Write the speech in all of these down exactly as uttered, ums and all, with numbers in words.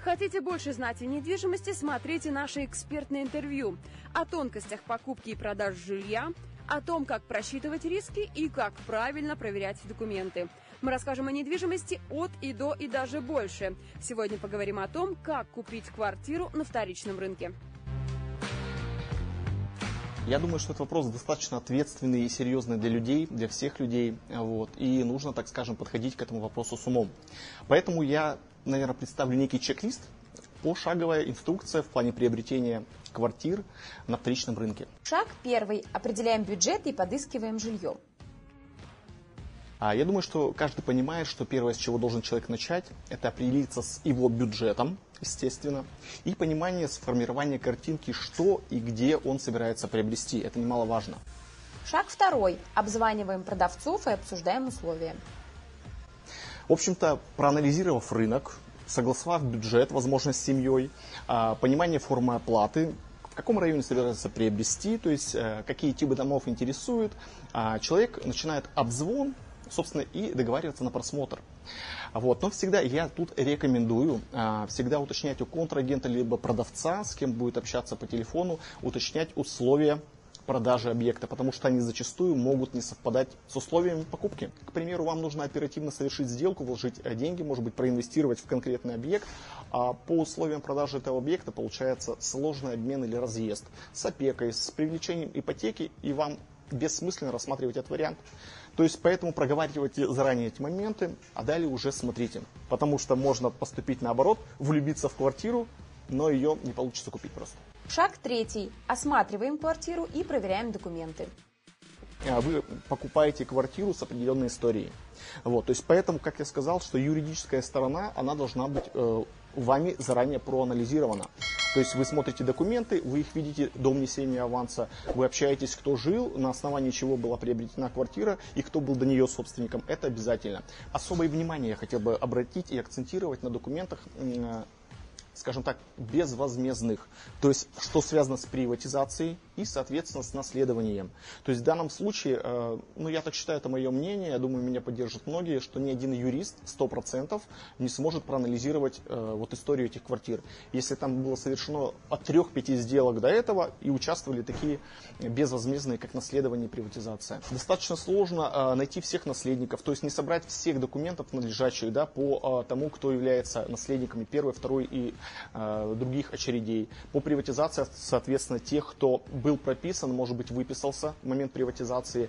Хотите больше знать о недвижимости, смотрите наше экспертное интервью о тонкостях покупки и продажи жилья, о том, как просчитывать риски и как правильно проверять документы. Мы расскажем о недвижимости от и до и даже больше. Сегодня поговорим о том, как купить квартиру на вторичном рынке. Я думаю, что этот вопрос достаточно ответственный и серьезный для людей, для всех людей. Вот, и нужно, так скажем, подходить к этому вопросу с умом. Поэтому я, наверное, представлю некий чек-лист, пошаговая инструкция в плане приобретения квартир на вторичном рынке. Шаг первый. Определяем бюджет и подыскиваем жилье. А я думаю, что каждый понимает, что первое, с чего должен человек начать, это определиться с его бюджетом, естественно, и понимание сформирования картинки, что и где он собирается приобрести. Это немаловажно. Шаг второй. Обзваниваем продавцов и обсуждаем условия. В общем-то, проанализировав рынок, согласовав бюджет, возможно, с семьей, понимание формы оплаты, в каком районе собирается приобрести, то есть какие типы домов интересуют, человек начинает обзвон, собственно, и договариваться на просмотр. Вот. Но всегда я тут рекомендую а, всегда уточнять у контрагента либо продавца, с кем будет общаться по телефону, уточнять условия продажи объекта, потому что они зачастую могут не совпадать с условиями покупки. К примеру, вам нужно оперативно совершить сделку, вложить деньги, может быть, проинвестировать в конкретный объект, а по условиям продажи этого объекта получается сложный обмен или разъезд с опекой, с привлечением ипотеки, и вам бессмысленно рассматривать этот вариант. То есть поэтому проговаривайте заранее эти моменты, а далее уже смотрите. Потому что можно поступить наоборот, влюбиться в квартиру, но ее не получится купить просто. Шаг третий. Осматриваем квартиру и проверяем документы. Вы покупаете квартиру с определенной историей. Вот, то есть поэтому, как я сказал, что юридическая сторона, она должна быть э, вами заранее проанализирована. То есть вы смотрите документы, вы их видите до внесения аванса, вы общаетесь, кто жил, на основании чего была приобретена квартира и кто был до нее собственником. Это обязательно. Особое внимание я хотел бы обратить и акцентировать на документах, э, скажем так, безвозмездных. То есть, что связано с приватизацией и, соответственно, с наследованием. То есть, в данном случае, э, ну, я так считаю, это мое мнение, я думаю, меня поддержат многие, что ни один юрист сто процентов не сможет проанализировать э, вот историю этих квартир. Если там было совершено от трех-пяти сделок до этого и участвовали такие безвозмездные, как наследование и приватизация. Достаточно сложно э, найти всех наследников, то есть не собрать всех документов надлежащих, да, по э, тому, кто является наследниками первой, второй и других очередей. По приватизации, соответственно, тех, кто был прописан, может быть, выписался в момент приватизации.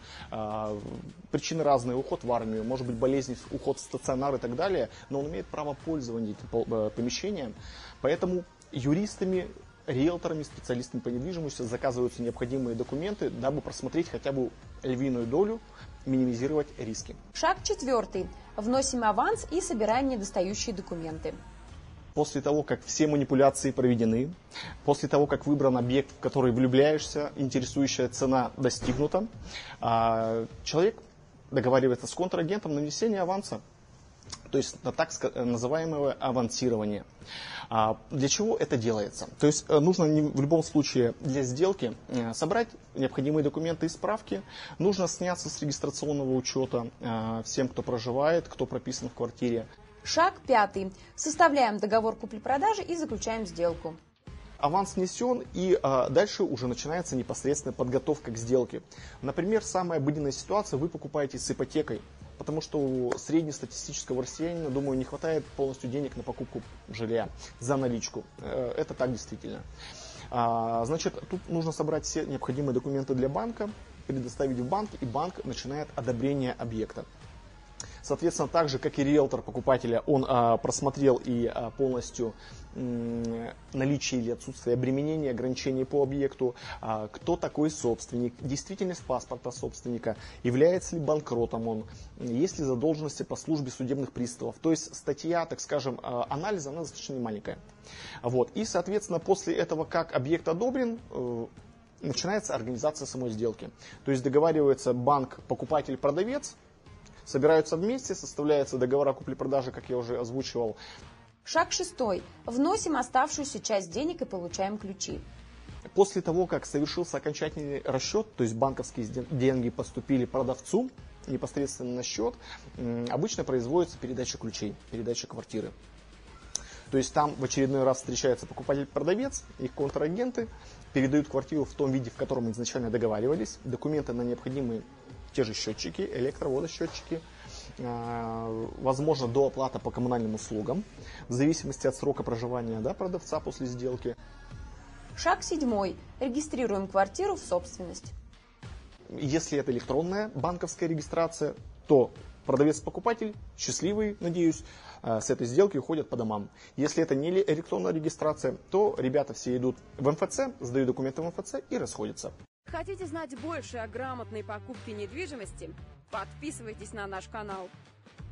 Причины разные. Уход в армию, может быть, болезнь, уход в стационар и так далее. Но он имеет право пользования этим помещением. Поэтому юристами, риэлторами, специалистами по недвижимости заказываются необходимые документы, дабы просмотреть хотя бы львиную долю, минимизировать риски. Шаг четвертый. Вносим аванс и собираем недостающие документы. После того, как все манипуляции проведены, после того, как выбран объект, в который влюбляешься, интересующая цена достигнута, человек договаривается с контрагентом на внесение аванса, то есть на так называемое авансирование. Для чего это делается? То есть нужно в любом случае для сделки собрать необходимые документы и справки, нужно сняться с регистрационного учета всем, кто проживает, кто прописан в квартире. Шаг пятый. Составляем договор купли-продажи и заключаем сделку. Аванс внесен, и а, дальше уже начинается непосредственно подготовка к сделке. Например, самая обыденная ситуация: вы покупаете с ипотекой, потому что у среднестатистического россиянина, думаю, не хватает полностью денег на покупку жилья за наличку. Это так действительно. А, значит, тут нужно собрать все необходимые документы для банка, предоставить в банк, и банк начинает одобрение объекта. Соответственно, так же, как и риэлтор покупателя, он а, просмотрел и а, полностью м, наличие или отсутствие обременения, ограничений по объекту, а, кто такой собственник, действительность паспорта собственника, является ли банкротом он, есть ли задолженности по службе судебных приставов. То есть статья, так скажем, а, анализа, она достаточно маленькая. Вот. И, соответственно, после этого, как объект одобрен, э, начинается организация самой сделки. То есть договаривается банк, покупатель, продавец, собираются вместе, составляются договора купли-продажи, как я уже озвучивал. Шаг шестой. Вносим оставшуюся часть денег и получаем ключи. После того, как совершился окончательный расчет, то есть банковские деньги поступили продавцу непосредственно на счет, обычно производится передача ключей, передача квартиры. То есть там в очередной раз встречается покупатель-продавец, их контрагенты передают квартиру в том виде, в котором изначально договаривались, документы на необходимые те же счетчики, электроводосчетчики, возможно, дооплата по коммунальным услугам, в зависимости от срока проживания, да, продавца после сделки. Шаг седьмой. Регистрируем квартиру в собственность. Если это электронная банковская регистрация, то продавец-покупатель, счастливый, надеюсь, с этой сделки уходят по домам. Если это не электронная регистрация, то ребята все идут в эм эф цэ, сдают документы в эм эф цэ и расходятся. Хотите знать больше о грамотной покупке недвижимости? Подписывайтесь на наш канал.